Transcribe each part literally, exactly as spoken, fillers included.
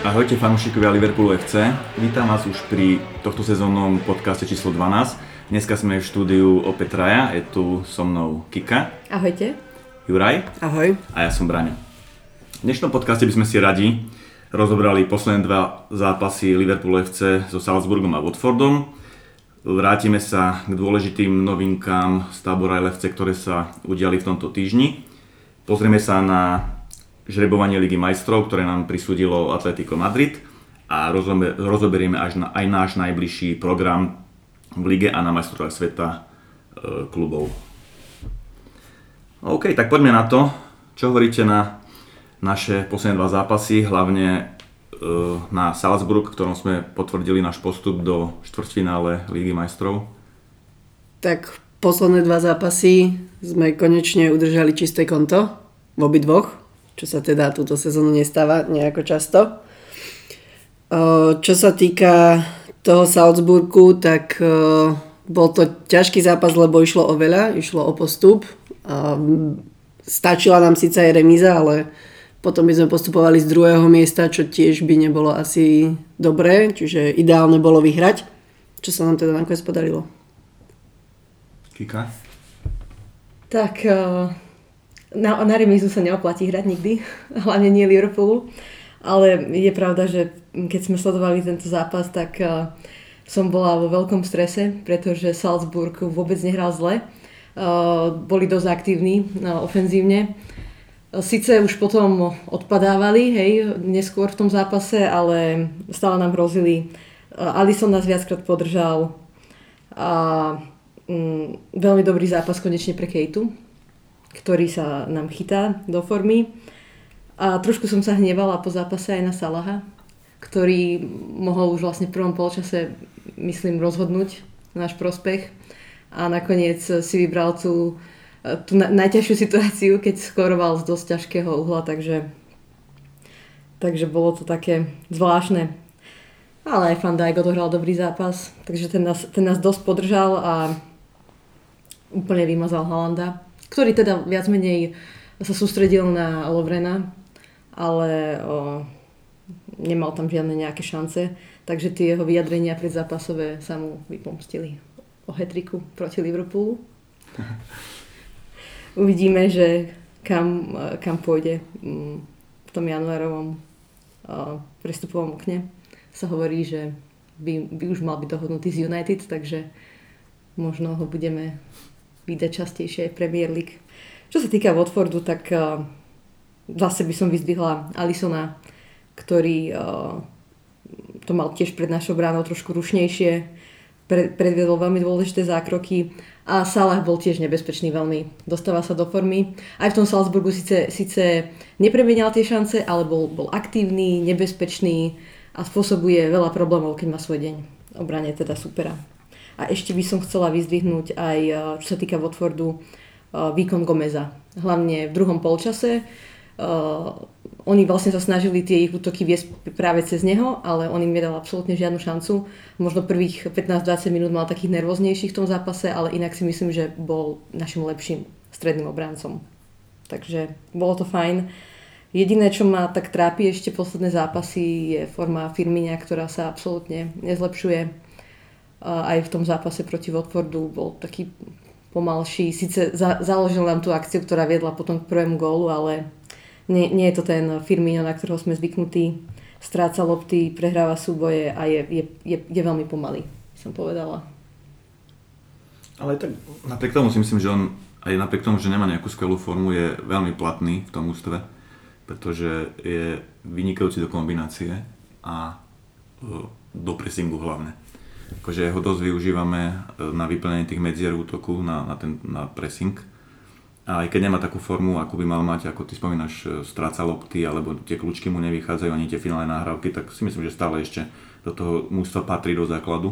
Ahojte fanúšikovia Liverpoolu ef cé, vítam vás už pri tohto sezónnom podcaste číslo dvanásť. Dneska sme v štúdiu opäť traja, je tu so mnou Kika. Ahojte. Juraj. Ahoj. A ja som Braňo. V dnešnom podcaste by sme si radi rozobrali posledné dva zápasy Liverpoolu ef cé so Salzburgom a Watfordom. Vrátime sa k dôležitým novinkám z tábora el ef cé, ktoré sa udiali v tomto týždni. Pozrieme sa na žrebovanie Ligy majstrov, ktoré nám prisúdilo Atletico Madrid a rozoberieme až na, aj náš najbližší program v lige a na majstrovstvách sveta e, klubov. OK, tak poďme na to. Čo hovoríte na naše posledné dva zápasy, hlavne e, na Salzburg, v ktorom sme potvrdili náš postup do štvrťfinále Ligy majstrov? Tak posledné dva zápasy sme konečne udržali čisté konto v obidvoch, čo sa teda túto sezónu nestáva nejako často. Čo sa týka toho Salzburgu, tak bol to ťažký zápas, lebo išlo o veľa, išlo o postup. Stačila nám síce aj remíza, ale potom by sme postupovali z druhého miesta, čo tiež by nebolo asi dobré, čiže ideálne bolo vyhrať, čo sa nám teda nakoniec podarilo. Kika? Tak... Uh... Na, na remízu sa neoplatí hrať nikdy, hlavne nie Liverpoolu, ale je pravda, že keď sme sledovali tento zápas, tak uh, som bola vo veľkom strese, pretože Salzburg vôbec nehral zle, uh, boli dosť aktívni uh, ofenzívne. Sice už potom odpadávali, hej, neskôr v tom zápase, ale stále nám hrozili. Uh, Alisson nás viackrát podržal a um, veľmi dobrý zápas konečne pre Kejtu, ktorý sa nám chytá do formy. A trošku som sa hnevala po zápase aj na Salaha, ktorý mohol už vlastne v prvom polčase, myslím, rozhodnúť náš prospech. A nakoniec si vybral tú, tú najťažšiu situáciu, keď skoroval z dosť ťažkého uhla, takže, takže bolo to také zvláštne. Ale aj Van Dijk odohral dobrý zápas, takže ten nás, ten nás dosť podržal a úplne vymazal Haalanda, ktorý teda viac menej sa sústredil na Lovrena, ale o, nemal tam žiadne nejaké šance, takže tie jeho vyjadrenia predzápasové sa mu vypomstili o hat-tricku proti Liverpoolu. Uvidíme, že kam, kam pôjde v tom januárovom o, prestupovom okne. Sa hovorí, že by, by už mal byť dohodnutý z United, takže možno ho budeme vydať častejšie aj Premier League. Čo sa týka Watfordu, tak uh, zase by som vyzdvihla Alissona, ktorý uh, to mal tiež pred našou bránou trošku rušnejšie, pre, predviedol veľmi dôležité zákroky a Salah bol tiež nebezpečný veľmi, dostáva sa do formy. Aj v tom Salzburgu síce, síce nepremienial tie šance, ale bol, bol aktívny, nebezpečný a spôsobuje veľa problémov, keď má svoj deň. Obrane teda supera. A ešte by som chcela vyzdvihnúť aj, čo sa týka Watfordu, výkon Gomeza. Hlavne v druhom polčase. Uh, oni vlastne sa snažili tie ich útoky viesť práve cez neho, ale on im nedal absolútne žiadnu šancu. Možno prvých pätnásť dvadsať minút mal takých nervóznejších v tom zápase, ale inak si myslím, že bol našim lepším stredným obráncom. Takže bolo to fajn. Jediné, čo ma tak trápi ešte posledné zápasy, je forma Firmina, ktorá sa absolútne nezlepšuje. Aj v tom zápase proti Watfordu bol taký pomalší. Sice za, založil nám tú akciu, ktorá viedla potom k prvému gólu, ale nie, nie je to ten Firmino, na ktorého sme zvyknutí. Stráca lopty, prehráva súboje a je, je, je, je veľmi pomalý, som povedala. Ale tak napriek tomu si myslím, že on aj napriek tomu, že nemá nejakú skvelú formu, je veľmi platný v tom ústve, pretože je vynikajúci do kombinácie a do pressingu hlavne. Akože ho dosť využívame na vyplnenie tých medzier útoku, na, na, ten, na pressing. A aj keď nemá takú formu, ako by mal mať, ako ty spomínaš, stráca lopty, alebo tie kľúčky mu nevychádzajú, ani tie finálne nahrávky, tak si myslím, že stále ešte do toho mužstva patrí do základu.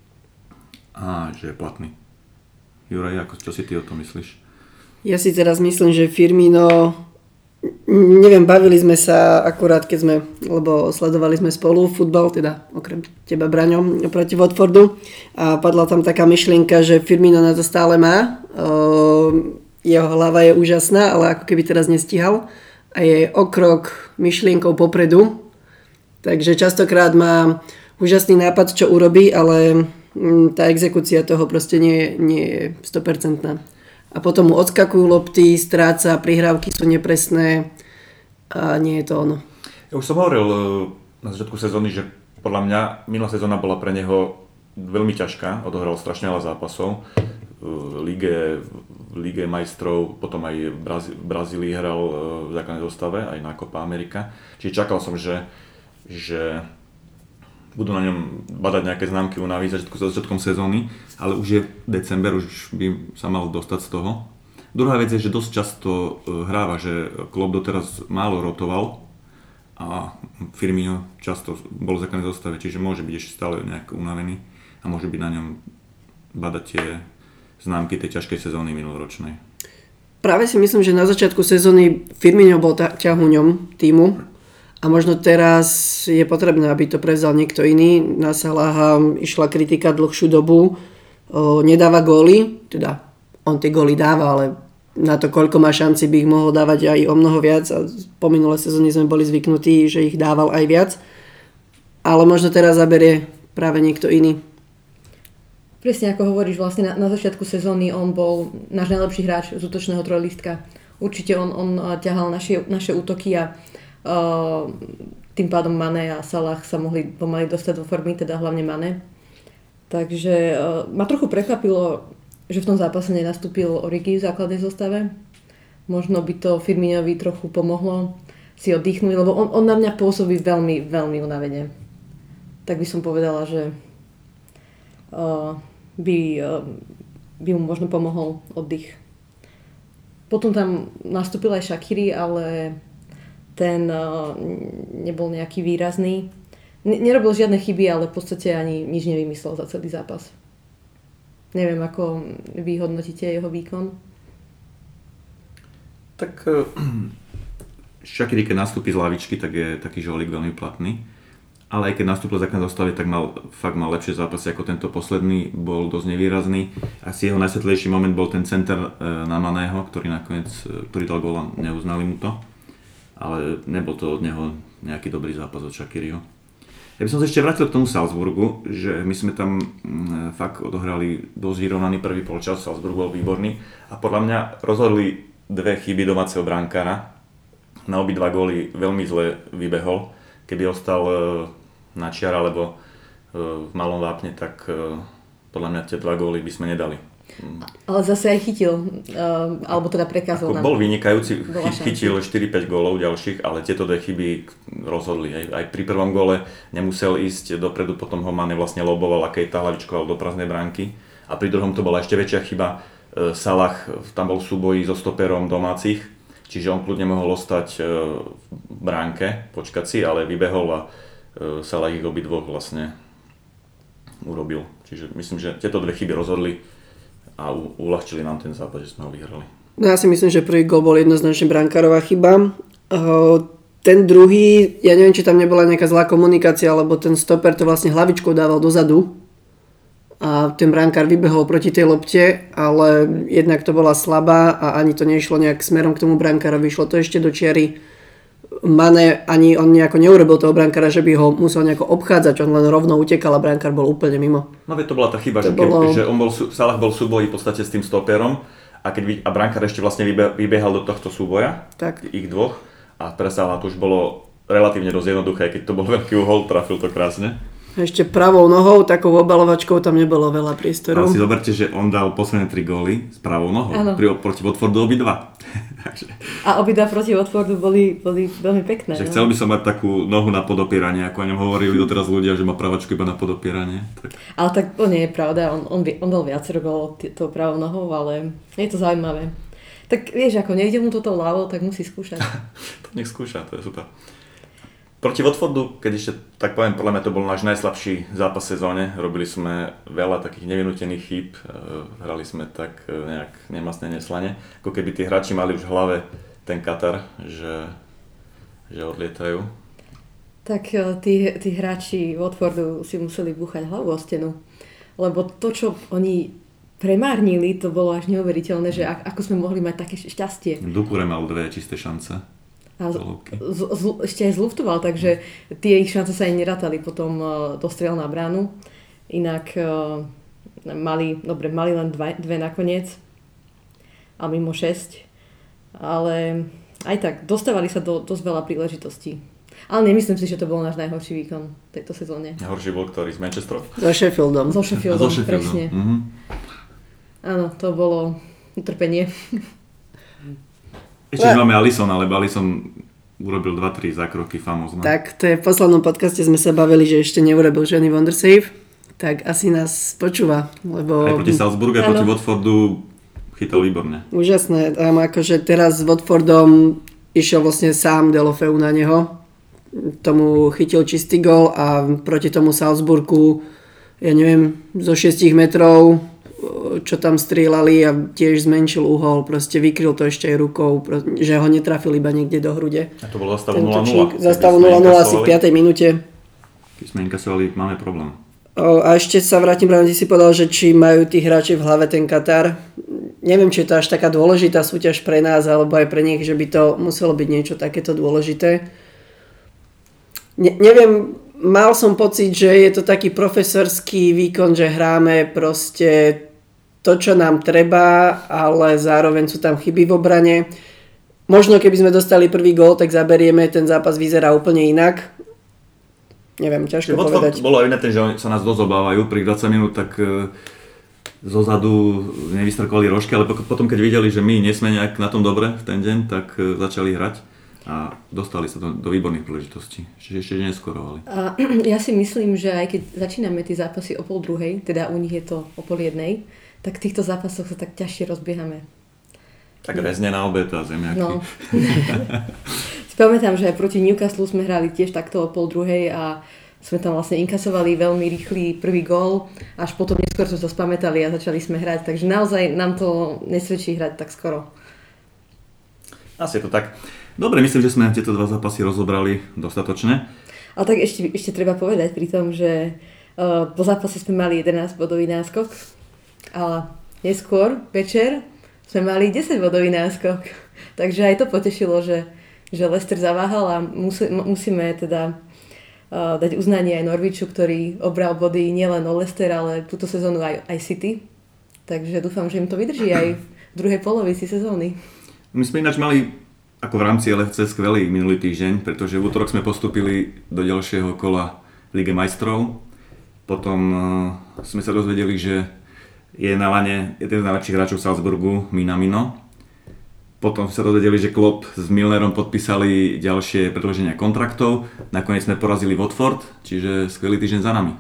A že je platný. Juraj, ako, čo si ty o tom myslíš? Ja si teraz myslím, že Firmino... Neviem, bavili sme sa akurát, keď sme, lebo sledovali sme spolu futbal, teda okrem teba, Braňo, proti Watfordu a padla tam taká myšlienka, že Firmino na to stále má, uh, jeho hlava je úžasná, ale ako keby teraz nestíhal a je o krok myšlienkou popredu, Takže častokrát má úžasný nápad, čo urobí, ale tá exekúcia toho proste nie, nie je sto percent. A potom mu odskakujú lopty, stráca, prihrávky sú nepresné a nie je to ono. Ja už som hovoril na začiatku sezóny, že podľa mňa minulá sezóna bola pre neho veľmi ťažká, odohral strašne veľa zápasov. V Lige, v Lige majstrov, potom aj v, Brazí- v Brazílii hral v základnej zostave, aj na Copa America. Čiže čakal som, že, že budú na ňom badať nejaké známky únavy za začiatkom sezóny, ale už je december, už by sa mal dostať z toho. Druhá vec je, že dosť často hráva, že Klopp doteraz málo rotoval a Firmino často bol v základnej zostave, čiže môže byť ešte stále nejak unavený a môže byť na ňom badať tie známky tej ťažkej sezóny minuloročnej. Práve si myslím, že na začiatku sezóny Firmino bol ťahuňom týmu a možno teraz je potrebné, aby to prevzal niekto iný. Na Salaha išla kritika dlhšiu dobu, o, nedáva góly, teda on tie góly dáva, ale na to, koľko má šanci, by ich mohol dávať aj o mnoho viac a po minulé sezóne sme boli zvyknutí, že ich dával aj viac, ale možno teraz zaberie práve niekto iný. Presne ako hovoríš, vlastne na, na začiatku sezóny on bol náš najlepší hráč z útočného trojlistka. Určite on, on ťahal naše, naše útoky a uh, tým pádom Mané a Salah sa mohli pomaly dostať do formy, teda hlavne Mané. Takže uh, ma trochu prekvapilo, že v tom zápase nenastúpil Origi v základnej zostave. Možno by to Firminovi trochu pomohlo si oddychnúť, lebo on, on na mňa pôsobí veľmi, veľmi unavene. Tak by som povedala, že uh, by, uh, by mu možno pomohol oddych. Potom tam nastúpil aj Shaqiri, ale ten uh, nebol nejaký výrazný. N- nerobil žiadne chyby, ale v podstate ani nič nevymyslel za celý zápas. Neviem, ako vy hodnotíte jeho výkon? Tak uh, Shaqiri, keď nastúpi z lavičky, tak je taký žolík veľmi platný. Ale aj keď nastúpil v základnej zostave, tak mal, fakt mal lepšie zápasy ako tento posledný, bol dosť nevýrazný. Asi jeho najsvetlejší moment bol ten center na Maného, ktorý nakoniec, ktorý dal gól a neuznali mu to. Ale nebol to od neho nejaký dobrý zápas od Shaqiriho. Ja by som sa ešte vrátil k tomu Salzburgu, že my sme tam fakt odohrali dosť vyrovnaný prvý polčas, Salzburg bol výborný a podľa mňa rozhodli dve chyby domáceho brankára. Na obidva góly veľmi zle vybehol. Keby ostal na čiar alebo v malom vápne, tak podľa mňa tie dva góly by sme nedali. Ale zase aj chytil, alebo teda prekázal nám. Bol vynikajúci, chytil štyri päť gólov ďalších, ale tieto dve chyby rozhodli. Aj, aj pri prvom góle nemusel ísť dopredu, potom ho Mané vlastne loboval a Keita hlavičkoval do prázdnej bránky. A pri druhom to bola ešte väčšia chyba. Salah, tam bol v súboji so stoperom domácich, čiže on kľudne mohol ostať v bránke, počkať si, ale vybehol a Salah ich obidvoch vlastne urobil. Čiže myslím, že tieto dve chyby rozhodli a uľahčili nám ten zápas, že sme ho vyhrali. No ja si myslím, že prvý gól bol jednoznačne brankárová chyba. Ten druhý, ja neviem, či tam nebola nejaká zlá komunikácia, lebo ten stoper to vlastne hlavičkou dával dozadu a ten brankár vybehol proti tej lopte, ale jednak to bola slabá a ani to nešlo nejak smerom k tomu brankárovi, vyšlo to ešte do čiary. Mané ani on nejako neurobil toho brankára, že by ho musel nejako obchádzať, on len rovno utekal a brankár bol úplne mimo. No veď to bola tá chyba, že, bolo... keď, že on bol, Salah bol v súboji v podstate s tým stoperom a, keď, a brankár ešte vlastne vybiehal do tohto súboja, tak. Ich dvoch a pre Salah to už bolo relatívne dosť jednoduché, keď to bol veľký uhol, trafil to krásne. Ešte pravou nohou, takou obalovačkou, tam nebolo veľa priestoru. Ale si zoberte, že on dal posledné tri góly s pravou nohou. Pri, proti Watfordu obidva. A obidva proti Watfordu boli, boli veľmi pekné. Že no? Chcel by som mať takú nohu na podopieranie, ako o ňom hovorili doteraz ľudia, že má pravačku iba na podopieranie. Tak. Ale tak to nie je pravda, on, on, on dal viacero gólov tou pravou nohou, ale je to zaujímavé. Tak vieš, ako nejde mu toto ľavo, tak musí skúšať. To nech skúša, to je super. Proti Watfordu, keď ešte tak poviem, podľa mňa to bol náš najslabší zápas v sezóne. Robili sme veľa takých nevinútených chýb, hrali sme tak nejak nemastne, neslane. Ako keby tí hráči mali už v hlave ten Katar, že, že odlietajú. Tak tí, tí hráči Watfordu si museli búchať hlavu o stenu. Lebo to, čo oni premárnili, to bolo až neuveriteľné, že ako sme mohli mať také šťastie. Doucouré mal dve čisté šance. A z, z, z, ešte aj zluftoval, takže tie ich šance sa aj nerátali potom uh, dostrel na bránu. Inak uh, mali, dobre, mali len dva, dve nakoniec a mimo šesť. Ale aj tak, dostávali sa do dosť veľa príležitostí. Ale nemyslím si, že to bol náš najhorší výkon v tejto sezóne. Najhorší bol ktorý? Z Manchesteru? So Sheffieldom. So Sheffieldom, so Sheffieldom. Presne. Mm-hmm. Áno, to bolo utrpenie. Ešte, že máme Alisson, ale Alisson urobil dva tri zákroky famózne. Tak, to je v poslednom podcaste sme sa bavili, že ešte neurobil žiadny wonder save, tak asi nás počúva, lebo... Aj proti Salzburgu, aj proti Watfordu chytal výborne. Úžasné, tam akože teraz s Watfordom išiel vlastne sám Deulofeu na neho, tomu chytil čistý gól a proti tomu Salzburgu, ja neviem, zo šiestich metrov, čo tam strieľali a tiež zmenšil uhol, proste vykryl to ešte aj rukou, že ho netrafil iba niekde do hrude. A to bolo za stavu nula nula. Za stavu nula nula asi v piatej minúte. Keď sme inkasovali, máme problém. O, a ešte sa vrátim, ráno si povedal, že či majú tí hráči v hlave ten Katar. Neviem, či je to až taká dôležitá súťaž pre nás, alebo aj pre nich, že by to muselo byť niečo takéto dôležité. Ne, neviem, mal som pocit, že je to taký profesorský výkon, že hráme proste to, čo nám treba, ale zároveň sú tam chyby v obrane. Možno keby sme dostali prvý gól, tak zaberieme, ten zápas vyzerá úplne inak. Neviem, ťažko Watford povedať. Bolo evidentné, že oni sa nás dosť obávajú. Pri dvadsať minút tak e, zozadu nevystrkovali rožky, ale potom keď videli, že my nie sme nejak na tom dobre v ten deň, tak e, začali hrať a dostali sa do, do výborných príležitostí. Čiže ešte neskorovali. A ja si myslím, že aj keď začíname tie zápasy o pol druhej, teda u nich je to o pol jednej, tak v týchto zápasoch sa tak ťažšie rozbiehame. Tak rezne na obed a zemiaky. No. Spamätám, že aj proti Newcastle sme hrali tiež takto o pol druhej a sme tam vlastne inkasovali veľmi rýchly prvý gól, až potom neskôr sme to spamätali a začali sme hrať, takže naozaj nám to nesvedčí hrať tak skoro. Asi je to tak. Dobre, myslím, že sme tieto dva zápasy rozobrali dostatočne. Ale tak ešte, ešte treba povedať pri tom, že uh, po zápase sme mali jedenásť bodový náskok a neskôr večer sme mali desať bodový náskok. Takže aj to potešilo, že, že Leicester zaváhal a musí, musíme teda uh, dať uznanie aj Norwichu, ktorý obral body nielen o Leicester, ale túto sezónu aj, aj City. Takže dúfam, že im to vydrží aj v druhej polovici sezóny. My sme ináč mali ako v rámci el ef cé skvelý minulý týždeň, pretože v útorok sme postúpili do ďalšieho kola Lige majstrov. Potom uh, sme sa dozvedeli, že je na lane jeden z najlepších hráčov Salzburgu, Minamino. Potom sa dozvedeli, že Klopp s Milnerom podpísali ďalšie predĺženia kontraktov. Nakoniec sme porazili Watford, čiže skvelý týždeň za nami.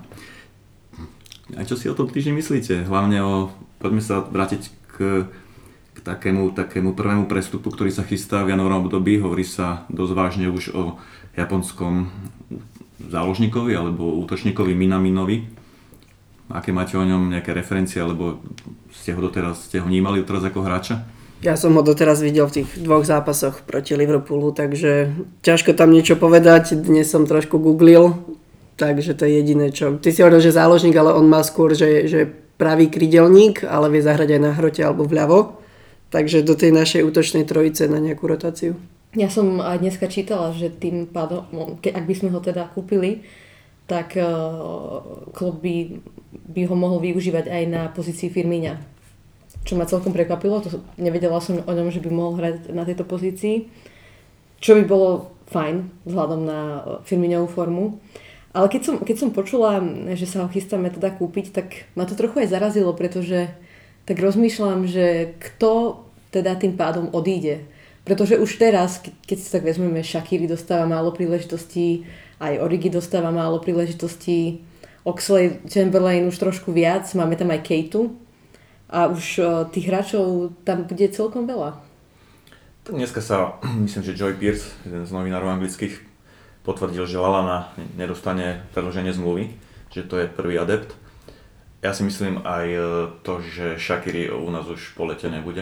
A čo si o tom týždni myslíte? Hlavne o, poďme sa vrátiť k, k takému, takému prvému prestupu, ktorý sa chystá v januárovom období. Hovorí sa dosť vážne už o japonskom záložníkovi alebo útočníkovi Minaminovi. Aké máte o ňom nejaké referencie, alebo ste ho doteraz ste ho vnímali doteraz ako hráča? Ja som ho doteraz videl v tých dvoch zápasoch proti Liverpoolu, takže ťažko tam niečo povedať. Dnes som trošku googlil, takže to je jediné, čo... Ty si hovoril, že záložník, ale on má skôr, že, že pravý krydelník, ale vie zahrať aj na hrote alebo vľavo. Takže do tej našej útočnej trojice na nejakú rotáciu. Ja som aj dneska čítala, že tým pádom, ak by sme ho teda kúpili, tak uh, Klopp by, by ho mohol využívať aj na pozícii Firmíňa. Čo ma celkom prekvapilo, to nevedela som o ňom, že by mohol hrať na tejto pozícii. Čo by bolo fajn vzhľadom na Firmíňovú formu. Ale keď som, keď som počula, že sa ho chystáme teda kúpiť, tak ma to trochu aj zarazilo, pretože tak rozmýšľam, že kto teda tým pádom odíde. Pretože už teraz, keď si tak vezmeme, Shaqiri dostáva málo príležitostí, aj Origi dostáva málo príležitostí, Oxlade Chamberlain už trošku viac, máme tam aj Kejtu a už tých hráčov tam bude celkom veľa. Dneska sa, myslím, že Joy Pierce, jeden z novinárov anglických, potvrdil, že Lallana nedostane predĺženie zmluvy, že to je prvý adept. Ja si myslím aj to, že Shaqiri u nás už po lete nebude.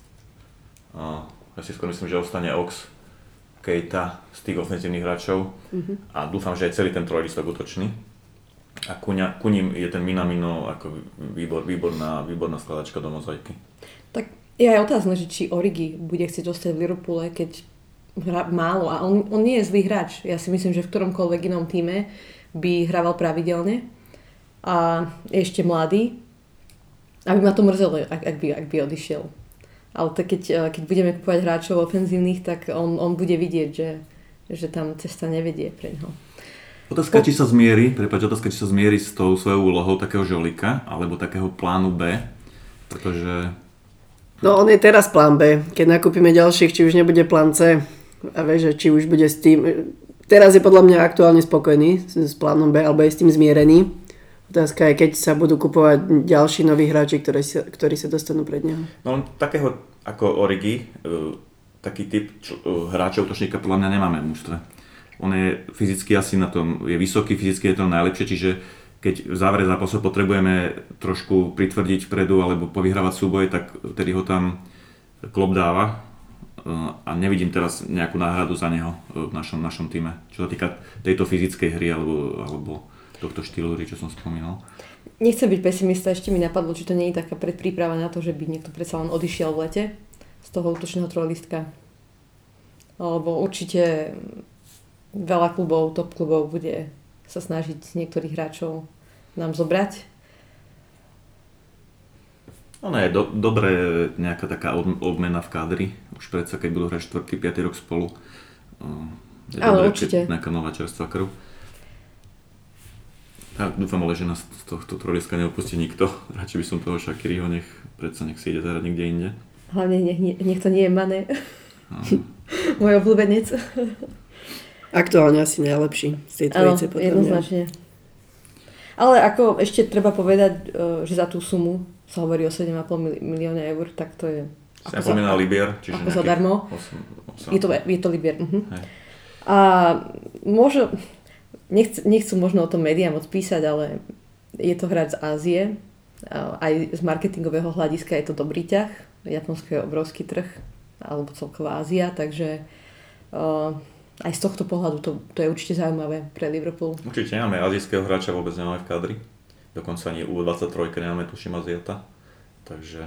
Ja si skôr myslím, že ostane Ox, Keita z tých ofenzívnych hráčov mm-hmm. a dúfam, že aj celý ten trojlistok útočný. A ku, ňa, ku ním je ten Minamino ako výbor, výborná, výborná skladačka do mozaiky. Tak je aj otázne, že či Origi bude chcieť ostať v Liverpoole, keď hra málo a on, on nie je zlý hráč. Ja si myslím, že v ktoromkoľvek inom týme by hrával pravidelne a je ešte mladý. Aby ma to mrzelo, ak, ak, by, ak by odišiel. Ale tak keď, keď budeme kupovať hráčov ofenzívnych, tak on, on bude vidieť, že, že tam cesta nevedie pre ňoho. Otázka, po... či sa zmierí, prepáč, otázka, či sa zmierí s tou svojou úlohou takého žolika, alebo takého plánu B, pretože... No on je teraz plán B. Keď nakúpime ďalších, či už nebude plán C, a vieš, že či už bude s tým... Teraz je podľa mňa aktuálne spokojný s, s plánom B, alebo je s tým zmierený. Otázka je, keď sa budú kupovať ďalší noví hráči, ktorí sa, ktorí sa dostanú pred neho. No takého ako Origi, taký typ hráčov útočníka podľa mňa nemáme v mužstve. On je fyzicky asi na tom, je vysoký, fyzicky je to najlepšie, čiže keď v závere zápasu potrebujeme trošku pritvrdiť vpredu alebo povyhrávať súboje, tak vtedy ho tam Klopp dáva. A nevidím teraz nejakú náhradu za neho v našom, našom týme, čo sa týka tejto fyzickej hry alebo, alebo tohto štýlu hry, čo som spomínal. Nechcem byť pesimista, ešte mi napadlo, či to nie je taká predpríprava na to, že by niekto predsa len odišiel v lete z toho útočného trojlistka. Lebo určite veľa klubov, top klubov bude sa snažiť niektorých hráčov nám zobrať. Ono je do, dobré nejaká taká odmena v kádri, už predsa keď budú hrať štvrtý, piatý rok spolu. Je ale dobré, určite. Keď nejaká nová čerstvá krv. Ja dúfam ale, že nás z tohto trojliska neopustí nikto. Radšej by som toho Shaqiriho, nech predsa nech si ide zahrať niekde inde. Hlavne nech, nech to nie je Mané. Môj obľúbenec. Aktuálne asi najlepší z tej trojice. Áno, jednoznačne. Ale ako ešte treba povedať, že za tú sumu sa hovorí o sedem a pol milióna eur, tak to je... sedem a pol milióna libier, čiže ako zadarmo. osem, osem. Je to, je to libier. Uh-huh. A možno, nechc, nechcú možno o tom médiám odpísať, ale je to hráč z Ázie. Aj z marketingového hľadiska je to dobrý ťah. Japonsko je obrovský trh, alebo celková Ázia, takže uh, aj z tohto pohľadu to, to je určite zaujímavé pre Liverpool. Určite nemáme azijského hráča, vôbec nemáme v kadri. Dokonca ani U dvadsaťtrojke nemáme, tuším, Aziata. Takže...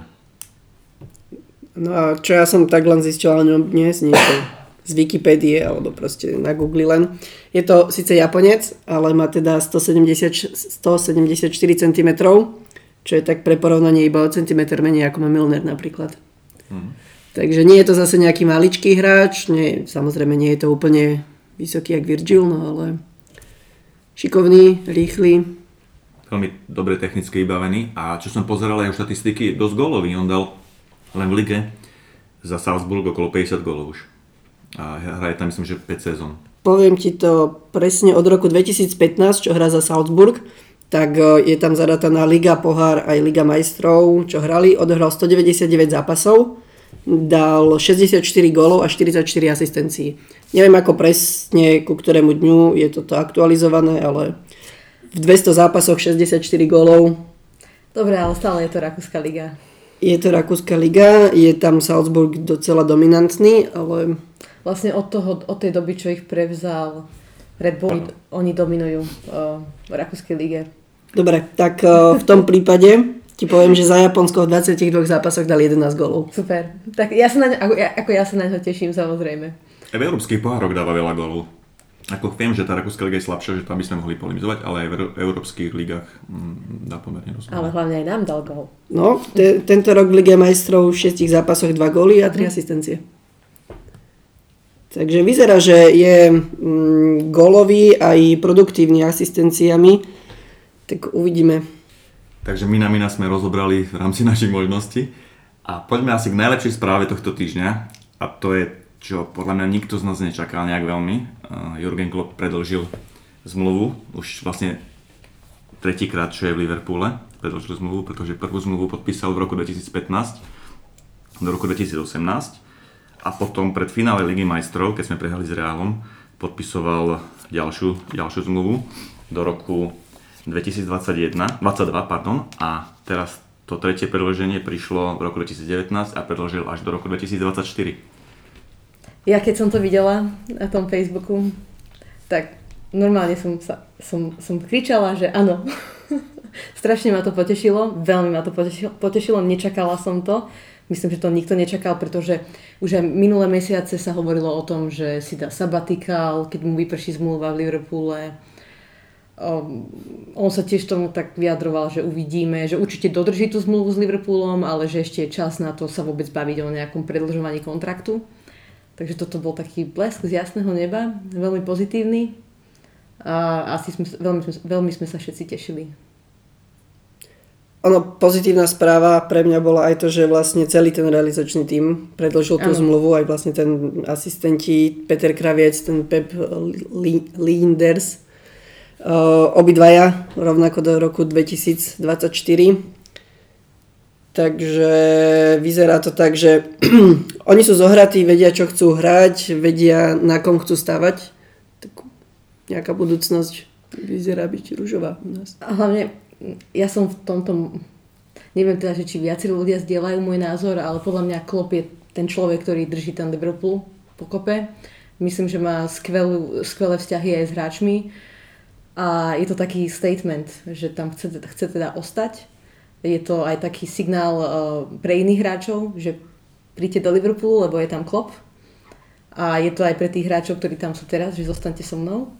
No a čo ja som tak len zistil o ňom dnes, niečo z Wikipédie, alebo proste na Google len. Je to síce Japonec, ale má teda stosedemdesiatštyri centimetrov, čo je tak pre porovnanie iba o centimetr menej ako má Milner napríklad. Hmm. Takže nie je to zase nejaký maličký hráč, nie, samozrejme nie je to úplne vysoký jak Virgil, no ale šikovný, rýchly. Veľmi dobre technicky vybavený a čo som pozeral aj o štatistiky, dosť gólový, on dal len v lige za Salzburg okolo päťdesiat gólov už. A hraje tam myslím, že päť sezón. Poviem ti to presne od roku dvetisícpätnásť, čo hrá za Salzburg, tak je tam zarataná Liga, Pohár aj Liga majstrov, čo hrali, odohral stodeväťdesiatdeväť zápasov, dal šesťdesiatštyri gólov a štyridsaťštyri asistencií. Neviem ako presne ku ktorému dňu je toto aktualizované, ale v dvesto zápasoch šesťdesiatštyri gólov. Dobre, ale stále je to Rakúska liga. Je to Rakúska liga, je tam Salzburg docela dominantný, ale... Vlastne od, toho, od tej doby, čo ich prevzal Red Bull, oni, oni dominujú uh, v Rakúskej lige. Dobre, tak uh, v tom prípade ti poviem, že za Japonsko v dvadsiatich dvoch zápasoch dal jedenásť gólov. Super, tak ja sa na, ako, ja, ako ja sa na ňo teším samozrejme. Aj v európskych pohároch dáva veľa gólov. Ako viem, že tá Rakúska liga je slabšia, že tam by sme mohli polemizovať, ale aj v európskych ligách mm, dá pomerne dosť. Ale hlavne aj nám dal gól. No, te, tento rok v Lige majstrov v šiestich zápasoch dva góly a tri asistencie. Takže vyzerá, že je mm, gólový aj produktívny asistenciami, tak uvidíme. Takže my na mina sme rozobrali v rámci našich možností a poďme asi k najlepšej správe tohto týždňa a to je, čo podľa mňa nikto z nás nečakal nejak veľmi. Uh, Jurgen Klopp predĺžil zmluvu, už vlastne tretíkrát, čo je v Liverpoole, predĺžil zmluvu, pretože prvú zmluvu podpísal v roku dvetisícpätnásť do roku dvetisícosemnásť a potom pred finále Ligy majstrov, keď sme prehrali s Realom, podpisoval ďalšiu, ďalšiu zmluvu do roku dvetisícdvadsaťjeden, dvadsaťdva, pardon, a teraz to tretie predĺženie prišlo v roku dvetisícdevätnásť a predĺžil až do roku dvetisícdvadsaťštyri. Ja keď som to videla na tom Facebooku, tak normálne som, sa, som, som kričala, že áno. Strašne ma to potešilo, veľmi ma to potešilo, potešilo, nečakala som to, Myslím, že to nikto nečakal, pretože už aj minulé mesiace sa hovorilo o tom, že si dá sabatikál, keď mu vyprší zmluva v Liverpoole. Um, on sa tiež tomu tak vyjadroval, že uvidíme, že určite dodrží tú zmluvu s Liverpoolom, ale že ešte je čas na to sa vôbec baviť o nejakom predĺžovaní kontraktu. Takže toto bol taký blesk z jasného neba, veľmi pozitívny a asi sme, veľmi, veľmi sme sa všetci tešili. Ono, pozitívna správa pre mňa bola aj to, že vlastne celý ten realizačný tím predĺžil tú ano. zmluvu, aj vlastne ten asistenti Peter Kraviec, ten Pep Lijnders, uh, obidvaja rovnako do roku dvetisícdvadsaťštyri. Takže vyzerá to tak, že oni sú zohratí, vedia, čo chcú hrať, vedia, na kom chcú stavať. Tak nejaká budúcnosť vyzerá byť ružová u nás. A hlavne ja som v tomto, neviem teda, že či viacerí ľudia zdieľajú môj názor, ale podľa mňa Klopp je ten človek, ktorý drží ten Liverpool pokope. Myslím, že má skvelú, skvelé vzťahy aj s hráčmi a je to taký statement, že tam chce, chce teda ostať. Je to aj taký signál uh, pre iných hráčov, že príďte do Liverpoolu, lebo je tam Klopp. A je to aj pre tých hráčov, ktorí tam sú teraz, že zostaňte so mnou.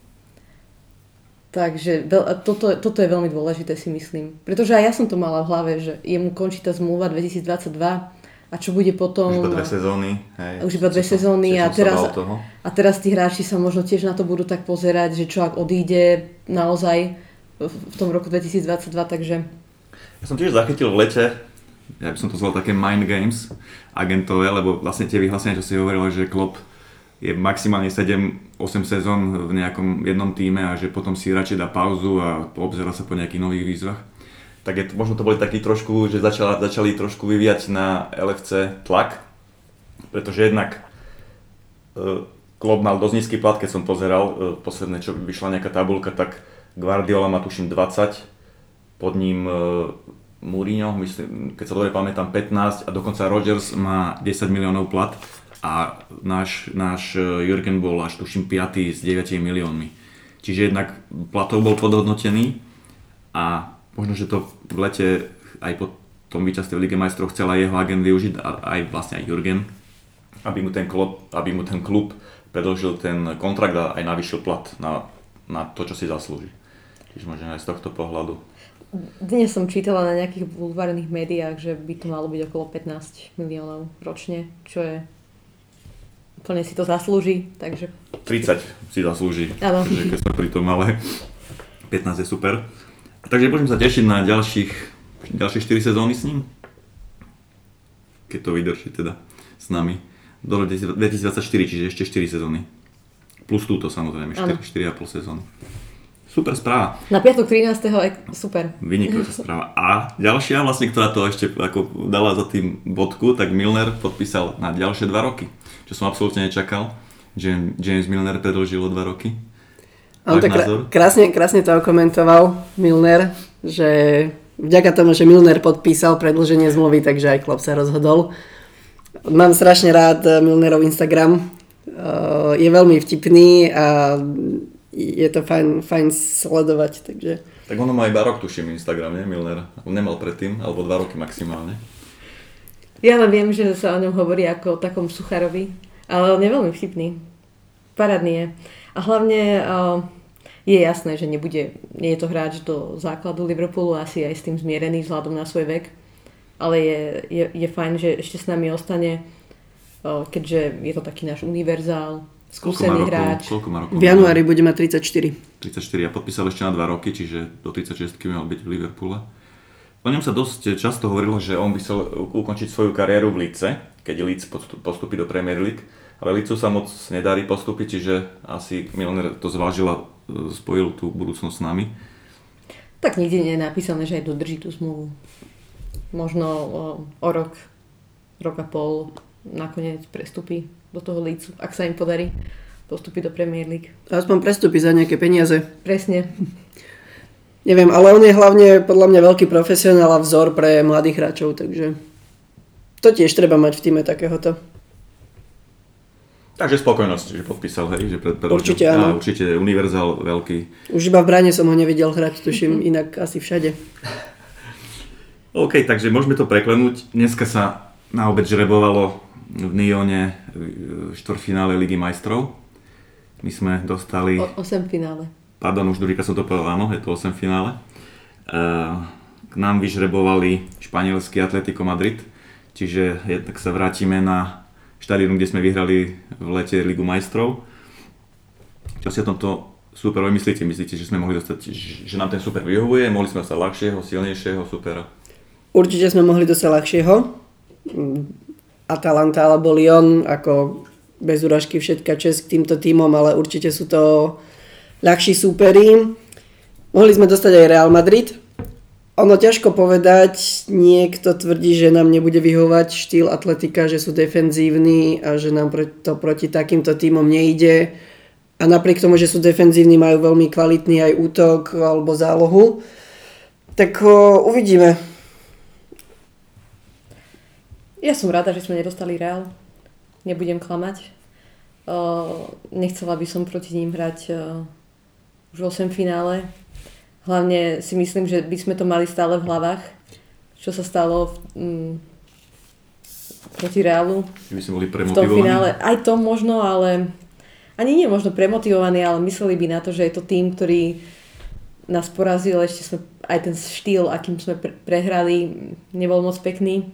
Takže toto, toto je veľmi dôležité, si myslím. Pretože aj ja som to mala v hlave, že jemu končí tá zmluva dvetisícdvadsaťdva a čo bude potom... Už iba dve sezóny. Hej, už iba dve sezóny a teraz, a teraz tí hráči sa možno tiež na to budú tak pozerať, že čo ak odíde naozaj v tom roku dvetisícdvadsaťdva, takže... Ja som tiež zachytil v lete, ja by som to zval také mind games agentové, lebo vlastne tie vyhlásenia, čo si hovorila, že Klopp je maximálne sedem osem sezón v nejakom jednom týme a že potom si radšej dá pauzu a obzerá sa po nejakých nových výzvach. Tak je to, možno to boli taký trošku, že začala, začali trošku vyvíjať na el ef cé tlak, pretože jednak uh, Klopp mal dosť nízky plat, keď som pozeral uh, posledné, čo vyšla nejaká tabulka, tak Guardiola má tuším dvadsať, pod ním uh, Mourinho, myslím, keď sa dobre pamätám, pätnásť a dokonca Rodgers má desať miliónov plat. A náš, náš Jurgen bol až tuším piaty s deviatimi miliónmi. Čiže jednak platov bol podhodnotený a možno, že to v lete aj po tom víťazstve v Lige majstrov chcela jeho agent využiť, aj vlastne aj Jurgen, aby mu ten klub, aby mu ten klub predĺžil ten kontrakt a aj navýšil plat na, na to, čo si zaslúži. Čiže možno aj z tohto pohľadu. Dnes som čítala na nejakých bulvárnych médiách, že by to malo byť okolo pätnásť miliónov ročne, čo je plne si to zaslúži, takže... tridsať si zaslúži, áno. Takže keď sme pri tom, ale pätnásť je super. Takže môžem sa tešiť na ďalších, ďalšie štyri sezóny s ním. Keď to vydrží teda s nami. Do dvetisícdvadsaťštyri, čiže ešte štyri sezóny. Plus túto samozrejme, štyri a pol sezóny. Super správa. Na piatok trinásteho je super. Vynikajúca správa. A ďalšia vlastne, ktorá to ešte ako dala za tým bodku, tak Milner podpísal na ďalšie dva roky. Čo som absolútne nečakal. James Milner predĺžil o dva roky. On to krá- krásne, krásne to komentoval Milner, že vďaka tomu, že Milner podpísal predĺženie zmluvy, takže aj Klopp sa rozhodol. Mám strašne rád Milnerov Instagram. Je veľmi vtipný a je to fajn, fajn sledovať, takže... Tak ono má iba rok, tuším, Instagram, nie, Milner? On nemal predtým, alebo dva roky maximálne. Ja len viem, že sa o ňom hovorí ako o takom sucharovi, ale on je veľmi vtipný. Parádny je. A hlavne uh, je jasné, že nebude, nie je to hráč do základu Liverpoolu, asi aj s tým zmierený vzhľadom na svoj vek. Ale je, je, je fajn, že ešte s nami ostane, uh, keďže je to taký náš univerzál. Skúsený hráč. V januári bude mať tridsaťštyri. tridsaťštyri a podpísal ešte na dva roky, čiže do tridsaťšesť mal byť v Liverpoole. O ňom sa dosť často hovorilo, že on by chcel ukončiť svoju kariéru v Leedse, keď Leeds postupí do Premier League, ale Leedsu sa moc nedarí postúpiť, čiže asi Milner to zvážil a spojil tú budúcnosť s nami. Tak nikde nie je napísané, že aj dodrží tú zmluvu. Možno o, o rok, rok a pol nakoniec prestúpi do toho Leedsu, ak sa im podarí postúpiť do Premier League. Aspoň prestúpi za nejaké peniaze. Presne. Neviem, ale on je hlavne podľa mňa veľký profesionál a vzor pre mladých hráčov, takže to tiež treba mať v týme takéhoto. Takže spokojnosť, že podpísal, hej, že pred, pred určite áno. Á, určite univerzál veľký. Už iba v bráne som ho nevidel hrať, tuším, inak asi všade. OK, takže môžeme to preklenúť. Dneska sa na obed žrebovalo v Nyone v štvrťfinále Ligy majstrov. My sme dostali... O, osem finále. Pardon, už druhýkrát som to povedal, áno, je to osem finále. K nám vyžrebovali španielský Atlético Madrid, čiže jednak sa vrátime na štadión, kde sme vyhrali v lete Ligu majstrov. Čo si o tomto súperovi myslíte? Myslíte, že sme mohli dostať, že nám ten super vyhovuje? Mohli sme dostať ľahšieho, silnejšieho supera? Určite sme mohli dostať ľahšieho. Atalanta alebo Lyon, ako bez úražky všetka česť k týmto tímom, ale určite sú to ľahší súperi. Mohli sme dostať aj Real Madrid. Ono ťažko povedať, niekto tvrdí, že nám nebude vyhovať štýl Atletika, že sú defenzívni a že nám to proti takýmto tímom nejde. A napriek tomu, že sú defenzívni, majú veľmi kvalitný aj útok alebo zálohu. Tak o, uvidíme. Ja som rada, že sme nedostali Real. Nebudem klamať. Uh, nechcela by som proti ním hrať uh, už v osem finále. Hlavne si myslím, že by sme to mali stále v hlavách. Čo sa stalo v, um, proti Realu. By sme boli v premotivovaní. tom finále. Aj to možno, ale ani nie možno premotivovaní, ale mysleli by na to, že je to tým, ktorý nás porazil. Ešte sme aj ten štýl, akým sme pre- prehrali, nebol moc pekný.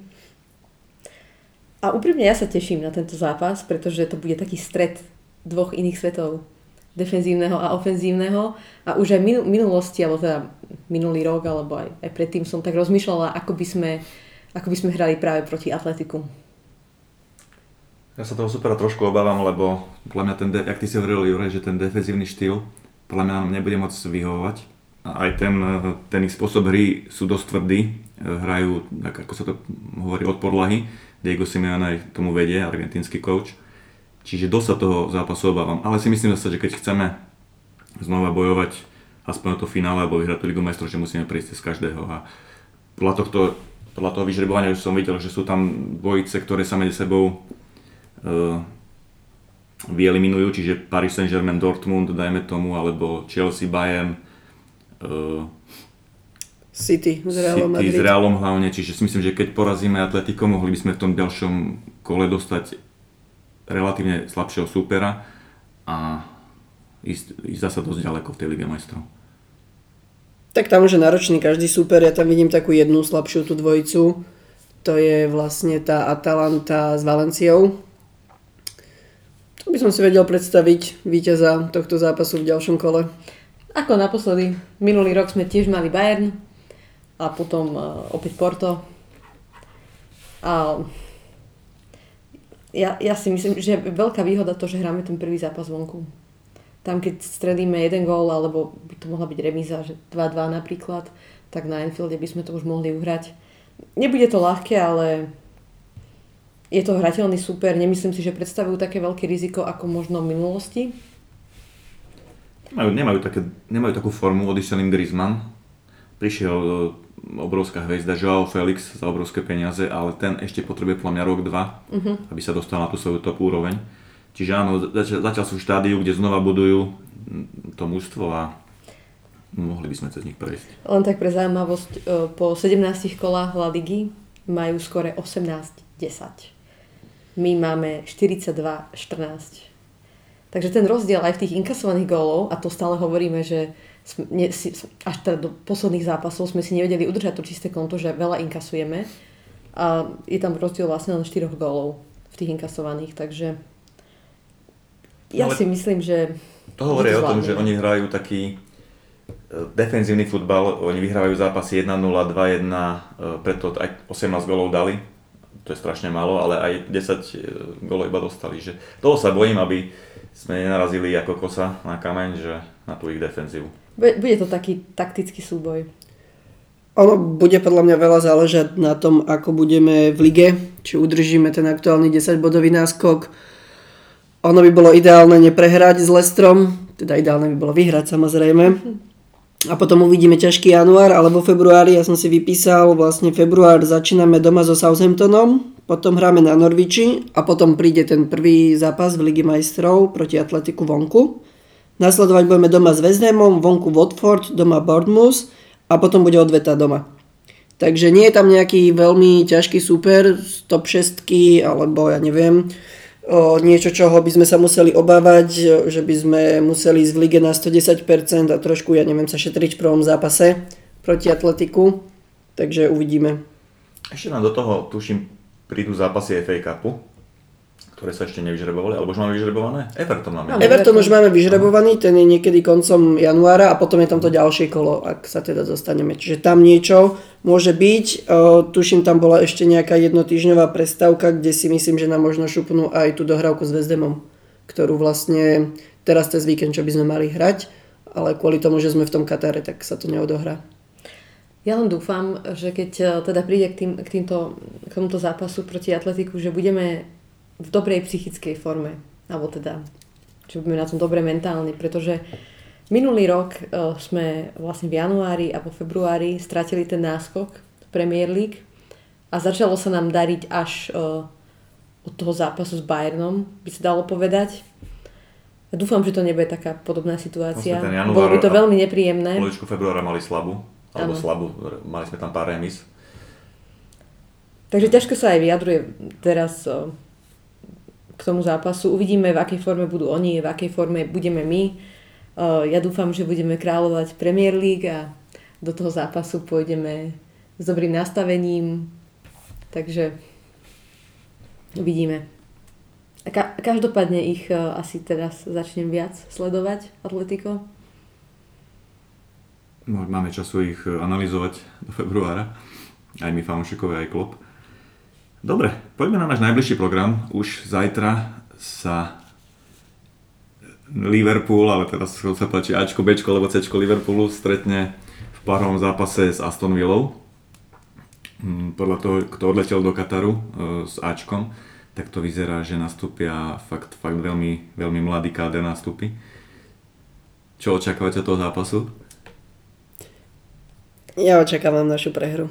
A úprimne ja sa teším na tento zápas, pretože to bude taký stret dvoch iných svetov. Defenzívneho a ofenzívneho. A už aj v minulosti, alebo teda minulý rok, alebo aj, aj predtým som tak rozmýšľala, ako by sme, ako by sme hrali práve proti Atletiku. Ja sa toho supera trošku obávam, lebo podľa mňa ten, de- jak ty si hovoril, Juraj, že ten defenzívny štýl podľa mňa nám nebude môcť vyhovovať. A aj ten, ten ich spôsob hry sú dosť tvrdí. Hrajú, tak ako sa to hovorí, od podlahy. Diego Simeone aj tomu vedie, argentínsky coach. Čiže dosť sa toho zápasu obávam. Ale si myslím zase, že keď chceme znova bojovať aspoň o to finále alebo vyhrať tú Ligu majstrov, že musíme prejsť z každého. A podľa, tohto, podľa toho vyžrebovania už som videl, že sú tam dvojice, ktoré sa medzi sebou uh, vyeliminujú, čiže Paris Saint-Germain, Dortmund, dajme tomu, alebo Chelsea, Bayern, uh, City s Realom City Madrid. s Realom hlavne, čiže si myslím, že keď porazíme Atletico, mohli by sme v tom ďalšom kole dostať relatívne slabšieho súpera a ísť, ísť zasa dosť ďaleko v tej Lige majstrov. Tak tam už je náročný každý súper, ja tam vidím takú jednu slabšiu tú dvojicu. To je vlastne tá Atalanta s Valenciou. To by som si vedel predstaviť víťaza tohto zápasu v ďalšom kole. Ako naposledy, minulý rok sme tiež mali Bayern a potom uh, opäť Porto. A ja, ja si myslím, že je veľká výhoda to, že hráme ten prvý zápas vonku. Tam keď stredíme jeden gól, alebo by to mohla byť remíza, že dva dva napríklad, tak na Anfielde by sme to už mohli uhrať. Nebude to ľahké, ale je to hrateľný super. Nemyslím si, že predstavujú také veľké riziko ako možno v minulosti. Nemajú, nemajú, také, nemajú takú formu, odišiel im Griezmann. Prišiel obrovská hviezda Joao Felix za obrovské peniaze, ale ten ešte potrebuje podľa mňa rok, dva, uh-huh. aby sa dostal na tú svoju top úroveň. Čiže áno, začal, začal sú v štádiu, kde znova budujú to mužstvo a mohli by sme cez nich prejsť. Len tak pre zaujímavosť, po sedemnástich kolách La Ligy majú skore osemnásť desať. My máme štyridsaťdva štrnásť. Takže ten rozdiel aj v tých inkasovaných gólov, a to stále hovoríme, že sme, ne, si, až teda do posledných zápasov sme si nevedeli udržať to čisté konto, že veľa inkasujeme. A je tam rozdiel vlastne len štyroch gólov v tých inkasovaných, takže ja ale si myslím, že to hovorí o tom, že oni hrajú taký defenzívny futbal, oni vyhrávajú zápasy jeden nula, dva jedna, preto aj osemnásť gólov dali, to je strašne málo, ale aj desať gólov iba dostali. Že toho sa bojím, aby sme nenarazili ako kosa na kameň, že na tú ich defenzívu. Bude to taký taktický súboj. Ono bude podľa mňa veľa záležať na tom, ako budeme v lige, či udržíme ten aktuálny desaťbodový náskok. Ono by bolo ideálne neprehrať s Leicesterom, teda ideálne by bolo vyhrať samozrejme. A potom uvidíme ťažký január alebo februári. Ja som si vypísal, vlastne február začíname doma so Southamptonom, potom hráme na Norwichi a potom príde ten prvý zápas v Ligi majstrov proti Atletiku vonku. Nasledovať budeme doma s West Hamom, vonku Watford, doma Bournemouth a potom bude odveta doma. Takže nie je tam nejaký veľmi ťažký súper z top šesť, alebo ja neviem, o niečo, čoho by sme sa museli obávať, že by sme museli ísť v lige na sto desať percent a trošku, ja neviem, sa šetriť v prvom zápase proti Atletiku. Takže uvidíme. Ešte nám do toho, tuším, prídu zápasy ef á Cupu, ktoré sa ešte nevyžrebovali, alebo už máme vyžrebované? Everton máme. Everton už máme vyžrebovaný, ten je niekedy koncom januára a potom je tam to ďalšie kolo, ak sa teda dostaneme. Čiže tam niečo môže byť. Uh, tuším, tam bola ešte nejaká jednotýždňová prestávka, kde si myslím, že nám možno šupnú aj tú dohrávku s West Hamom, ktorú vlastne teraz cez víkend, čo by sme mali hrať, ale kvôli tomu, že sme v tom Katare, tak sa to neodohrá. Ja len dúfam, že keď teda príde k, tým, k, týmto, k tomuto zápasu proti Atletiku, že budeme v dobrej psychickej forme, alebo teda, že budeme na tom dobre mentálne, pretože minulý rok uh, sme vlastne v januári a po februári stratili ten náskok v Premier League a začalo sa nám dariť až uh, od toho zápasu s Bayernom, by sa dalo povedať. Dúfam, že to nebude taká podobná situácia. Bolo by to veľmi nepríjemné. Polovičku februára mali slabú, alebo ano. slabú, mali sme tam pár remis. Takže ťažko sa aj vyjadruje teraz uh, k tomu zápasu. Uvidíme, v akej forme budú oni, v akej forme budeme my. Ja dúfam, že budeme kráľovať Premier League a do toho zápasu pôjdeme s dobrým nastavením. Takže uvidíme. A ka- každopádne ich asi teraz začnem viac sledovať, Atletico. Máme času ich analyzovať do februára. Aj my fanúšikovia, aj Klopp. Dobre, poďme na náš najbližší program. Už zajtra sa Liverpool, ale teraz sa páči Ačko, Bčko alebo Cčko Liverpoolu stretne v párovom zápase s Aston Villou. Podľa toho, kto odletel do Kataru s Ačkom, tak to vyzerá, že nastúpia fakt, fakt veľmi, veľmi mladý káder nastúpi. Čo očakávate od toho zápasu? Ja očakávam našu prehru.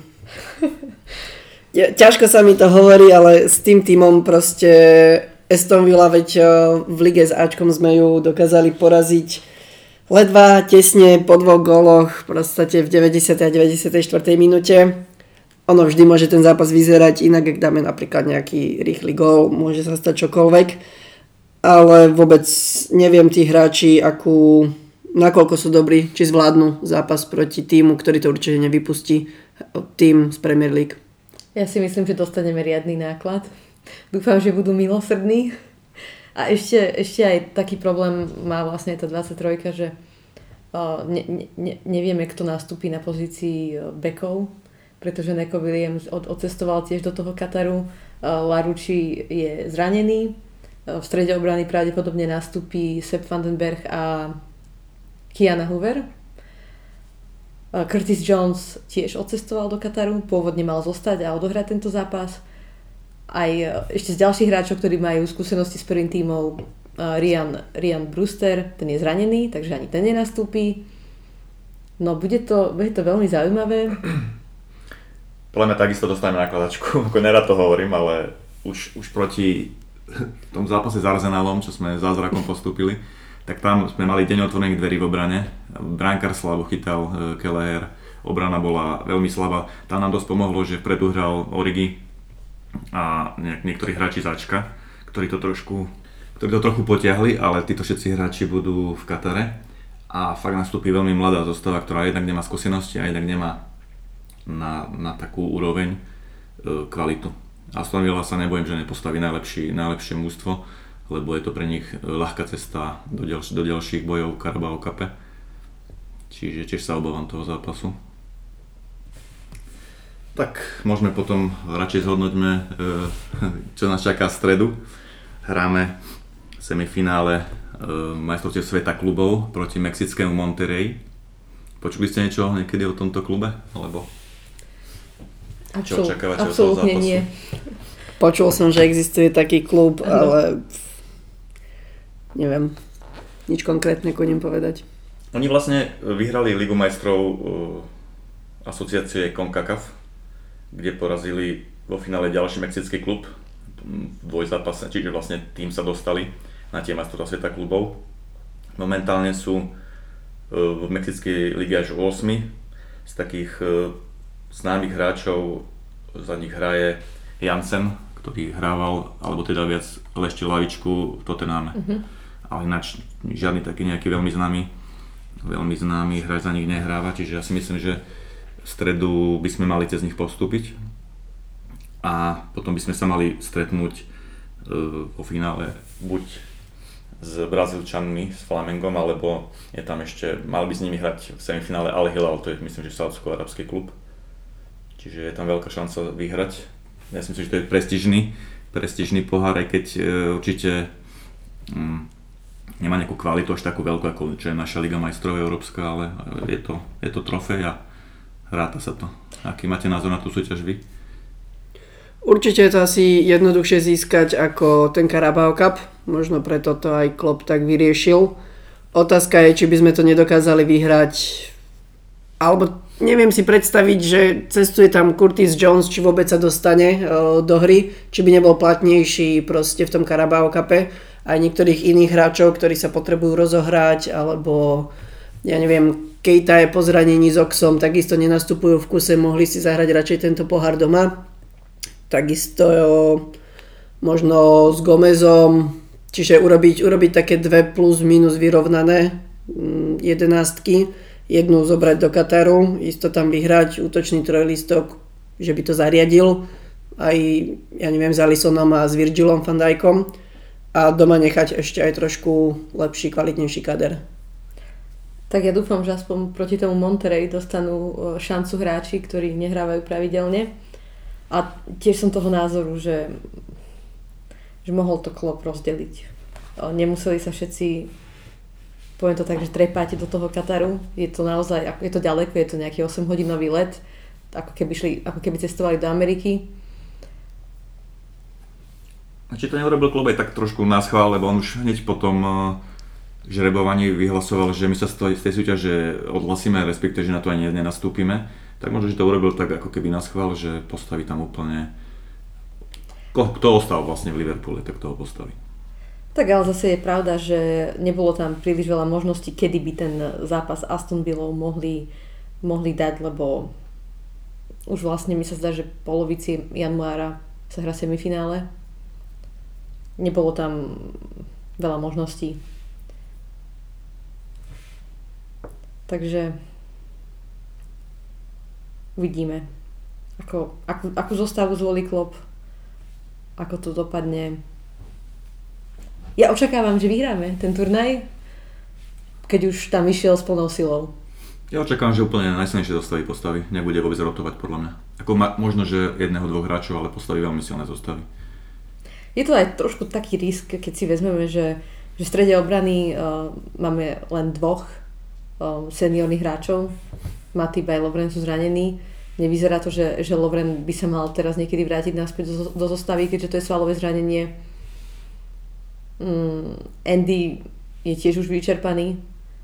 Ja, ťažko sa mi to hovorí, ale s tým tímom proste Aston Villa, veď v lige s Ačkom sme ju dokázali poraziť ledva tesne po dvoch góloch, v podstate v deväťdesiatej a deväťdesiatej štvrtej minúte. Ono vždy môže ten zápas vyzerať inak, ak dáme napríklad nejaký rýchly gól, môže sa stať čokoľvek, ale vôbec neviem tí hráči, akú, nakoľko sú dobrí, či zvládnu zápas proti týmu, ktorý to určite nevypustí, tým z Premier League. Ja si myslím, že dostaneme riadny náklad. Dúfam, že budú milosrdní. A ešte, ešte aj taký problém má vlastne tá dvadsaťtrojka, že uh, ne, ne, nevieme, kto nastúpi na pozícii bekov, pretože Neco Williams od, odcestoval tiež do toho Kataru. Uh, Larouci je zranený. Uh, v strede obrany pravdepodobne nastúpi Sepp van den Berg a Kiana Hoover. Curtis Jones tiež odcestoval do Kataru, pôvodne mal zostať a odohrať tento zápas. Aj ešte z ďalších hráčov, ktorí majú skúsenosti s prvým tímom, Ryan, Ryan Brewster, ten je zranený, takže ani ten nenastúpi. No bude to, bude to veľmi zaujímavé. Podľa mňa takisto dostaneme nakladačku, ako nerad to hovorím, ale už, už proti tomu zápase s Arsenalom, čo sme zázrakom postúpili, tak tam sme mali deň otvorených dverí v obrane. Bránkar slabo chytal Kelleher, obrana bola veľmi slabá. Tam nám dosť pomohlo, že vpredu hral Origi a niektorí hráči z Ačka, ktorí to trošku, ktorí to trochu potiahli, ale títo všetci hráči budú v Katare. A fakt nastúpi veľmi mladá zostava, ktorá jednak nemá skúsenosti a jednak nemá na, na takú úroveň e, kvalitu. Aston Villa sa nebojím, že nepostaví najlepší, najlepšie mužstvo, lebo je to pre nich ľahká cesta do, ďalš- do ďalších bojov Carabao Cupe. Čiže tiež sa obávam toho zápasu. Tak môžeme potom radšej zhodnoťme, čo nás čaká v stredu. Hráme v semifinále majstrovstiev sveta klubov proti mexickému Monterrey. Počuli ste niečo niekedy o tomto klube? Alebo čo Absol- očakávate od toho absolútne zápasu? nie. Počul som, že existuje taký klub, ano. ale neviem, nič konkrétne ku nim povedať. Oni vlastne vyhrali Ligu majstrov asociácie CONCACAF, kde porazili vo finále ďalší mexický klub v dvojzápase, čiže vlastne tým sa dostali na tie majstrovstvá sveta klubov. Momentálne sú v mexickej lige až ôsmi z takých známych hráčov za nich hraje Jansen, ktorý hrával, alebo teda viac leštil lavičku v Tottenhame. Uh-huh. Ale ináč žiadny taký nejaký veľmi známy, veľmi známy hráč za nich nehráva, čiže ja si myslím, že v stredu by sme mali cez nich postúpiť a potom by sme sa mali stretnúť uh, vo finále buď s Brazílčanmi, s Flamengom, alebo je tam ešte, mal by s nimi hrať v semifinále Al Hilal, to je myslím, že saúdsko-arabský klub. Čiže je tam veľká šanca vyhrať. Ja si myslím, že to je prestížny, prestížny pohár, aj keď e, určite mm, nemá nejakú kvalitu až takú veľkú, ako čo je naša Liga majstrov európska, ale je to, je to trofej a hráta sa to. Aký máte názor na tú súťaž vy? Určite je to asi jednoduchšie získať ako ten Carabao Cup, možno preto to aj Klopp tak vyriešil. Otázka je, či by sme to nedokázali vyhrať, alebo neviem si predstaviť, že cestuje tam Curtis Jones, či vôbec sa dostane do hry, či by nebol platnejší proste v tom Carabao Cupe. Aj niektorých iných hráčov, ktorí sa potrebujú rozohrať, alebo ja neviem, Keita je po zranení s oxom, takisto nenastupujú v kuse, mohli si zahrať radšej tento pohár doma. Takisto možno s Gomezom, čiže urobiť, urobiť také dve plus minus vyrovnané jedenáctky, jednu zobrať do Kataru, isto tam vyhrať útočný trojlistok, že by to zariadil, aj ja neviem, s Alissonom a s Virgilom van Dijkom a doma nechať ešte aj trošku lepší, kvalitnejší kader. Tak ja dúfam, že aspoň proti tomu Monterrey dostanú šancu hráči, ktorí nehrávajú pravidelne. A tiež som toho názoru, že, že mohol to Klopp rozdeliť. Nemuseli sa všetci, poviem to tak, že trepáte do toho Kataru. Je to naozaj, je to ďaleko, je to nejaký osemhodinový let, ako keby, šli, ako keby cestovali do Ameriky. A či to neurobil Klopp aj tak trošku naschvál, lebo on už hneď po tom žrebovaní vyhlasoval, že my sa z tej súťaže odhlasíme, respektíve, že na to ani nenastúpime. Tak možno, že to urobil tak ako keby naschvál, že postaví tam úplne... Kto ostal vlastne v Liverpoole, tak toho postaví. Tak ale zase je pravda, že nebolo tam príliš veľa možností, kedy by ten zápas Aston Villou mohli, mohli dať, lebo už vlastne mi sa zdá, že polovici januára sa hrá semifinále. Nebolo tam veľa možností. Takže uvidíme, ako, akú, akú zostavu zvolí Klopp, ako to dopadne. Ja očakávam, že vyhráme ten turnaj, keď už tam išiel s plnou silou. Ja očakávam, že úplne najsilnejšie zostavy postaví. Nebude vôbec rotovať podľa mňa. Ako ma, možno, že jedného, dvoch hráčov, ale postaví veľmi silné zostavy. Je to aj trošku taký risk, keď si vezmeme, že, že v strede obrany uh, máme len dvoch uh, seniorných hráčov. Matip aj Lovren sú zranení. Nevyzerá to, že, že Lovren by sa mal teraz niekedy vrátiť naspäť do, do zostavy, keďže to je svalové zranenie. Mm, Andy je tiež už vyčerpaný.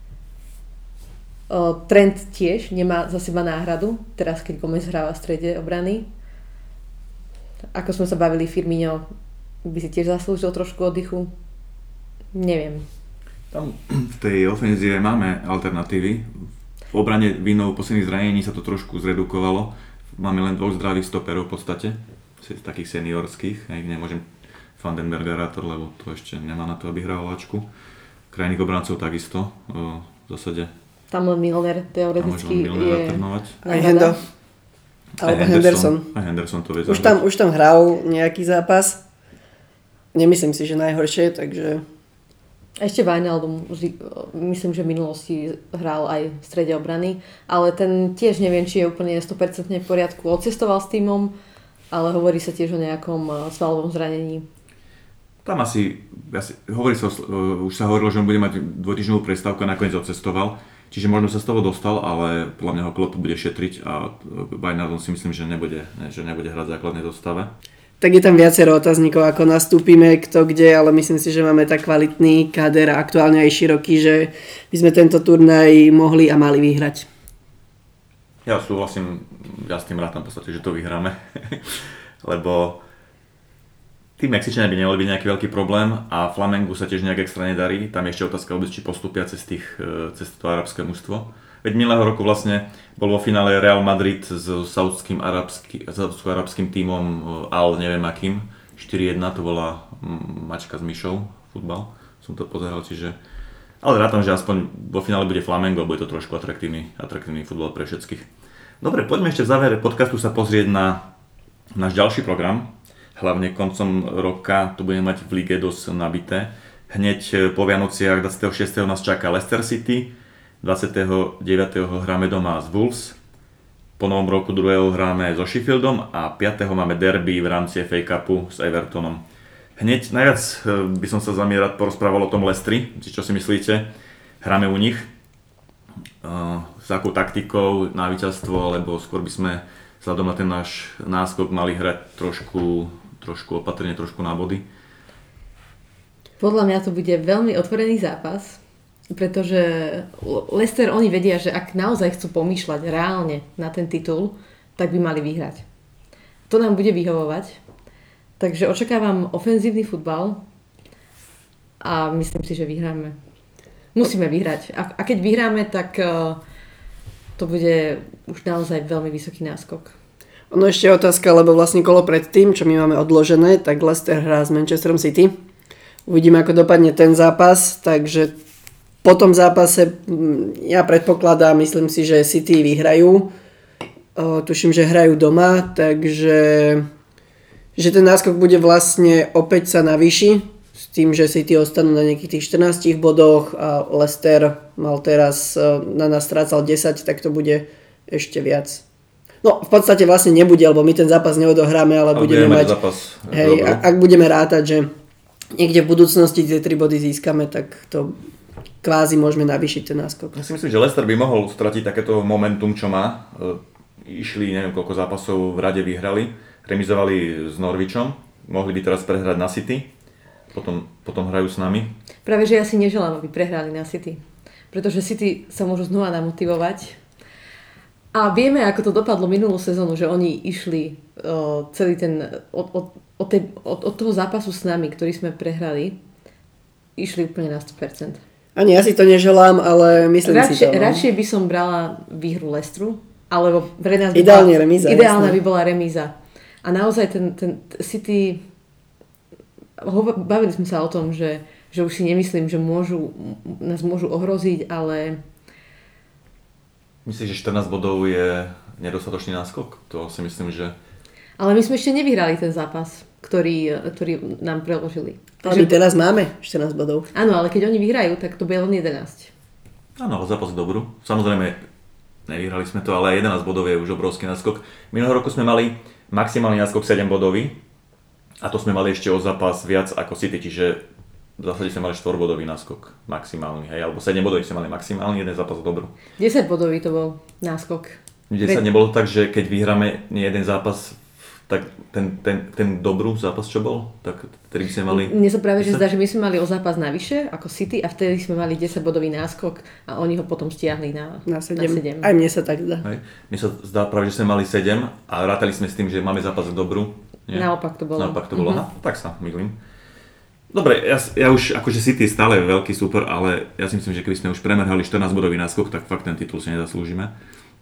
Uh, Trent tiež nemá za seba náhradu, teraz keď Gomez hráva v strede obrany. Ako sme sa bavili, Firmino by si tiež zaslúžil trošku oddychu. Neviem. Tam v tej ofenzíve máme alternatívy. V obrane vinou posledných zranení sa to trošku zredukovalo. Máme len dvoch zdravých stoperov v podstate, takých seniorských. Ja nemôžem Vandenberga rátor, lebo to ešte nemá na to, aby hral lačku. Krajných obrancov takisto, v zásade. Tam len Milner teoreticky je... Aj Hendo. Alebo Henderson. Aj Henderson to vie už tam, už tam hral nejaký zápas. Nemyslím si, že najhoršie, takže... Ešte Wijnaldum, myslím, že v minulosti hral aj v strede obrany, ale ten tiež neviem, či je úplne sto percent v poriadku. Odcestoval s tímom, ale hovorí sa tiež o nejakom svalovom zranení. Tam asi, asi hovorí sa, už sa hovorilo, že on bude mať dvojtýždňovú prestávku a nakoniec odcestoval. Čiže možno sa z toho dostal, ale podľa mňa ho Klopp bude šetriť a Wijnaldum si myslím, že nebude, že nebude hrať v základnej zostave. Tak je tam viacero otáznikov, ako nastúpime, kto kde, ale myslím si, že máme tak kvalitný káder a aktuálne aj široký, že by sme tento turnaj mohli a mali vyhrať. Ja súhlasím, ja s tým rátam v podstate, že to vyhráme, lebo tí Mexičania by nemali byť nejaký veľký problém a Flamengu sa tiež nejak extra nedarí. Tam je ešte otázka vôbec, či postupia cez, tých, cez to arabské mužstvo. Veď minulého roku vlastne bol vo finále Real Madrid s saúdským arabský, arabským tímom Al neviem akým. štyri jedna to bola mačka s myšou, futbal. Som to pozeral, čiže... Ale rátam, že aspoň vo finále bude Flamengo, bude to trošku atraktívny, atraktívny futbal pre všetkých. Dobre, poďme ešte v závere podcastu sa pozrieť na náš ďalší program. Hlavne koncom roka to budeme mať v lige dosť nabité. Hneď po Vianociach dvadsiateho šiesteho nás čaká Leicester City, dvadsiateho deviateho hráme doma z Wolves, po novom roku druhého hráme so Sheffieldom a piateho máme derby v rámci ef á Cupu s Evertonom. Hneď najviac by som sa za mňa rád porozprával o tom Leicesteri, čo si myslíte? Hráme u nich uh, s akou taktikou na víťazstvo, alebo skôr by sme vzhľadom na ten náš náskok mali hrať trošku, trošku opatrne, trošku na body? Podľa mňa to bude veľmi otvorený zápas, pretože Leicester, oni vedia, že ak naozaj chcú pomýšľať reálne na ten titul, tak by mali vyhrať. To nám bude vyhovovať. Takže očakávam ofenzívny futbal a myslím si, že vyhráme. Musíme vyhrať. A, a keď vyhráme, tak uh, to bude už naozaj veľmi vysoký náskok. Ono ešte je otázka, lebo vlastne kolo pred tým, čo my máme odložené, tak Leicester hrá s Manchesterom City. Uvidíme, ako dopadne ten zápas, takže po tom zápase ja predpokladám, myslím si, že City vyhrajú. O, tuším, že hrajú doma, takže že ten náskok bude vlastne opäť sa navýši s tým, že City ostanú na nejakých tých štrnástich bodoch a Leicester mal teraz na nás strácal desať, tak to bude ešte viac. No v podstate vlastne nebude, lebo my ten zápas neodohráme, ale, ale budeme mať, zápas, hej, ak budeme rátať, že niekde v budúcnosti tie tri body získame, tak to kvázi môžeme navýšiť ten náskok. Ja si myslím, že Leicester by mohol stratiť takéto momentum, čo má. Išli, neviem koľko zápasov v rade vyhrali, remizovali s Norwichom, mohli by teraz prehrať na City, potom, potom hrajú s nami. Práve, že ja si neželám, aby prehrali na City, pretože City sa môžu znova namotivovať. A vieme, ako to dopadlo minulú sezónu, že oni išli uh, celý ten, od, od, od, tej, od, od toho zápasu s nami, ktorý sme prehrali, išli úplne na sto percent. Ani ja si to neželám, ale myslím radšej, si to. No. Radšej by som brala výhru Leicesteru, alebo pre nás by ideálne bola, remíza. Ideálna jasné. by bola remíza. A naozaj ten, ten City, bavili sme sa o tom, že, že už si nemyslím, že môžu, nás môžu ohroziť, ale... Myslíš, že štrnásť bodov je nedostatočný náskok? To si myslím, že... Ale my sme ešte nevyhrali ten zápas, ktorý, ktorý nám preložili. Ale my teraz máme štrnásť bodov. Áno, ale keď oni vyhrajú, tak to bude len jedenásť. Áno, ale zápas dobrú. Samozrejme, nevyhrali sme to, ale jedenásť bodov je už obrovský náskok. Minulého roku sme mali maximálny náskok sedem bodový a to sme mali ešte o zápas viac ako City, čiže v zásade sme mali štyrorbodový náskok maximálny, hej, alebo sedem bodový sme mali maximálny, jeden zápas dobrú. desať bodový to bol náskok. desať nebolo tak, že keď vyhráme nie jeden zápas, tak ten, ten, ten dobrú zápas, čo bol, tak ktorý by sme mali... Mne sa práve že zdá, že my sme mali o zápas navyše ako City a vtedy sme mali desaťbodový náskok a oni ho potom stiahli na, na sedem. Na sedem. Aj mne sa tak zdá. Hej. Mne sa zdá práve, že sme mali sedem a rátali sme s tým, že máme zápas dobrú. Nie? Naopak to bolo. Naopak to bolo, uh-huh. no, tak sa mýlim. Dobre, ja, ja už, akože City je stále veľký super, ale ja si myslím, že keby sme už premerhali štrnásťbodový náskok, tak fakt ten titul si nezaslúžime.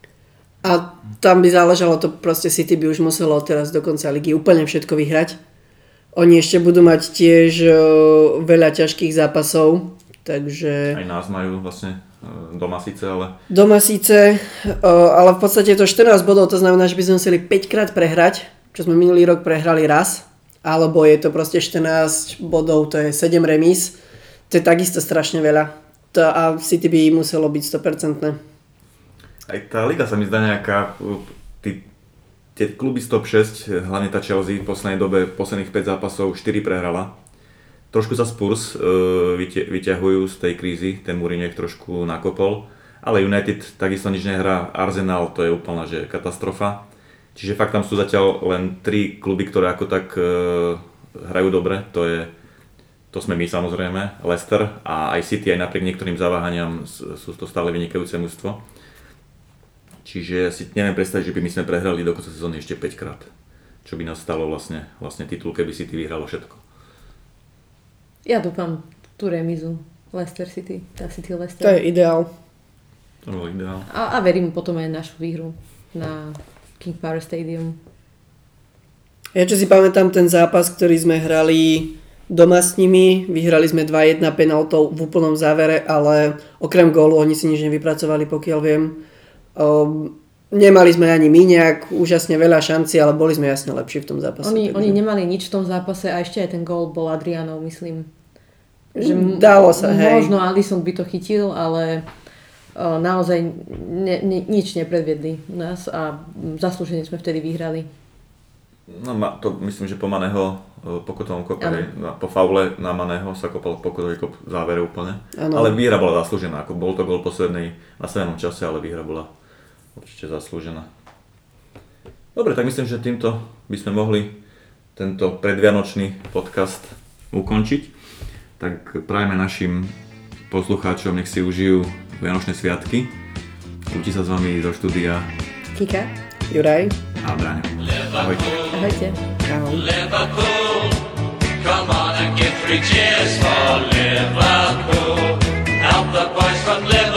A tam by záležalo to, proste City by už muselo teraz do konca ligy úplne všetko vyhrať. Oni ešte budú mať tiež uh, veľa ťažkých zápasov, takže... Aj nás majú vlastne uh, doma síce, ale... Doma síce, uh, ale v podstate to štrnásť bodov, to znamená, že by sme museli päť krát prehrať, čo sme minulý rok prehrali raz. Alebo je to proste štrnásť bodov, to je sedem remíz. To je takisto strašne veľa. To a City by muselo byť sto percent. Aj tá liga sa mi zdá nejaká, tí, tie kluby z top šesť, hlavne tá Chelsea v poslednej dobe, posledných päť zápasov, štyri prehrala. Trošku sa Spurs uh, vyťahujú z tej krízy, ten Mourinho ich trošku nakopol. Ale United takisto nič nehrá, Arsenal to je úplná že katastrofa. Čiže fakt tam sú zatiaľ len tri kluby, ktoré ako tak uh, hrajú dobre, to je, to sme my samozrejme, Leicester a aj City, aj napriek niektorým zaváhaniam sú to stále vynikajúce mužstvo. Čiže si neviem predstaviť, že by my sme prehrali do konca sezóny ešte päť krát, čo by nás stalo vlastne, vlastne titul, keby City vyhralo všetko. Ja dúfam tú remizu Leicester City, tá City Leicester. To je ideál. To bol ideál. A, a verím potom aj našu výhru na King Power Stadium. Ja čo si pamätám ten zápas, ktorý sme hrali doma s nimi, vyhrali sme dva jedna penaltou v úplnom závere, ale okrem gólu oni si nič nevypracovali, pokiaľ viem. Um, nemali sme ani my nejak úžasne veľa šancí, ale boli sme jasne lepší v tom zápase. Oni, takže... oni nemali nič v tom zápase a ešte aj ten gól bol Adrianov, myslím. Že Dalo sa, hej. Možno Alisson by to chytil, ale uh, naozaj ne, ne, nič nepredviedli u nás a zaslúžene sme vtedy vyhrali. No to myslím, že po Maného pokutovom kope, po faule na Maného sa kopal pokutový kop v závere úplne. Ano. Ale výhra bola zaslúžená, ako bol to gól poslednej na sedmom čase, ale výhra bola určite zaslúžená. Dobre, tak myslím, že týmto by sme mohli tento predvianočný podcast ukončiť. Tak prajme našim poslucháčom, nech si užijú Vianočné sviatky. Lúči sa s vami zo štúdia Kika, Juraj a Braňo. Ahojte. Ahojte. Ahoj. Liverpool, come on and give three cheers for Liverpool. Help the boys from Liverpool.